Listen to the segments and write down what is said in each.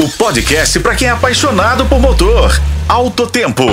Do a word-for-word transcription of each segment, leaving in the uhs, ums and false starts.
O podcast para quem é apaixonado por motor. Alto Tempo.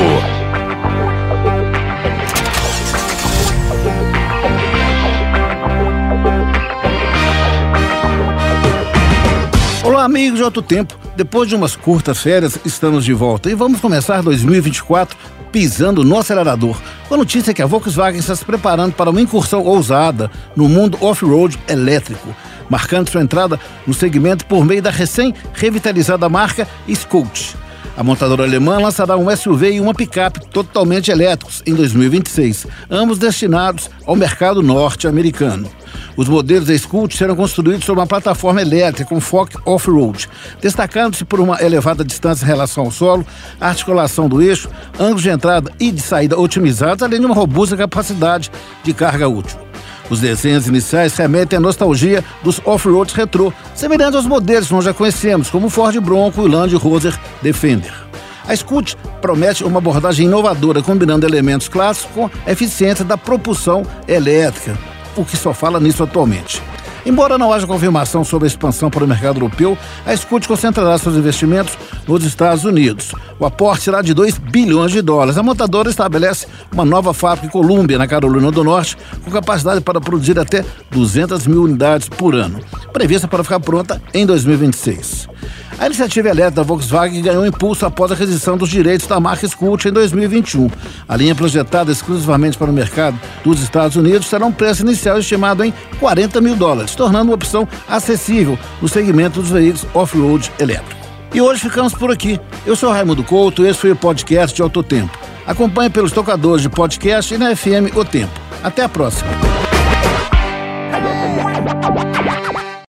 Olá, amigos de Alto Tempo. Depois de umas curtas férias, estamos de volta e vamos começar dois mil e vinte e quatro pisando no acelerador, com a notícia que a Volkswagen está se preparando para uma incursão ousada no mundo off-road elétrico, marcando sua entrada no segmento por meio da recém-revitalizada marca Scoot. A montadora alemã lançará um S U V e uma picape totalmente elétricos em dois mil e vinte e seis, ambos destinados ao mercado norte-americano. Os modelos da Scoot serão construídos sobre uma plataforma elétrica com foco off-road, destacando-se por uma elevada distância em relação ao solo, articulação do eixo, ângulos de entrada e de saída otimizados, além de uma robusta capacidade de carga útil. Os desenhos iniciais remetem à nostalgia dos off-roads retrô, semelhantes aos modelos que nós já conhecemos, como o Ford Bronco e o Land Rover Defender. A Scoot promete uma abordagem inovadora, combinando elementos clássicos com a eficiência da propulsão elétrica, o que só fala nisso atualmente. Embora não haja confirmação sobre a expansão para o mercado europeu, a Scoot concentrará seus investimentos nos Estados Unidos. O aporte será de dois bilhões de dólares. A montadora estabelece uma nova fábrica em Colômbia, na Carolina do Norte, com capacidade para produzir até duzentas mil unidades por ano, prevista para ficar pronta em dois mil e vinte e seis. A iniciativa elétrica da Volkswagen ganhou impulso após a aquisição dos direitos da marca Scoot em dois mil e vinte e um. A linha projetada exclusivamente para o mercado dos Estados Unidos terá um preço inicial estimado em quarenta mil dólares, tornando uma opção acessível no segmento dos veículos off-road elétrico. E hoje ficamos por aqui. Eu sou Raimundo Couto e esse foi o podcast de Alto Tempo. Acompanhe pelos tocadores de podcast e na F M O Tempo. Até a próxima.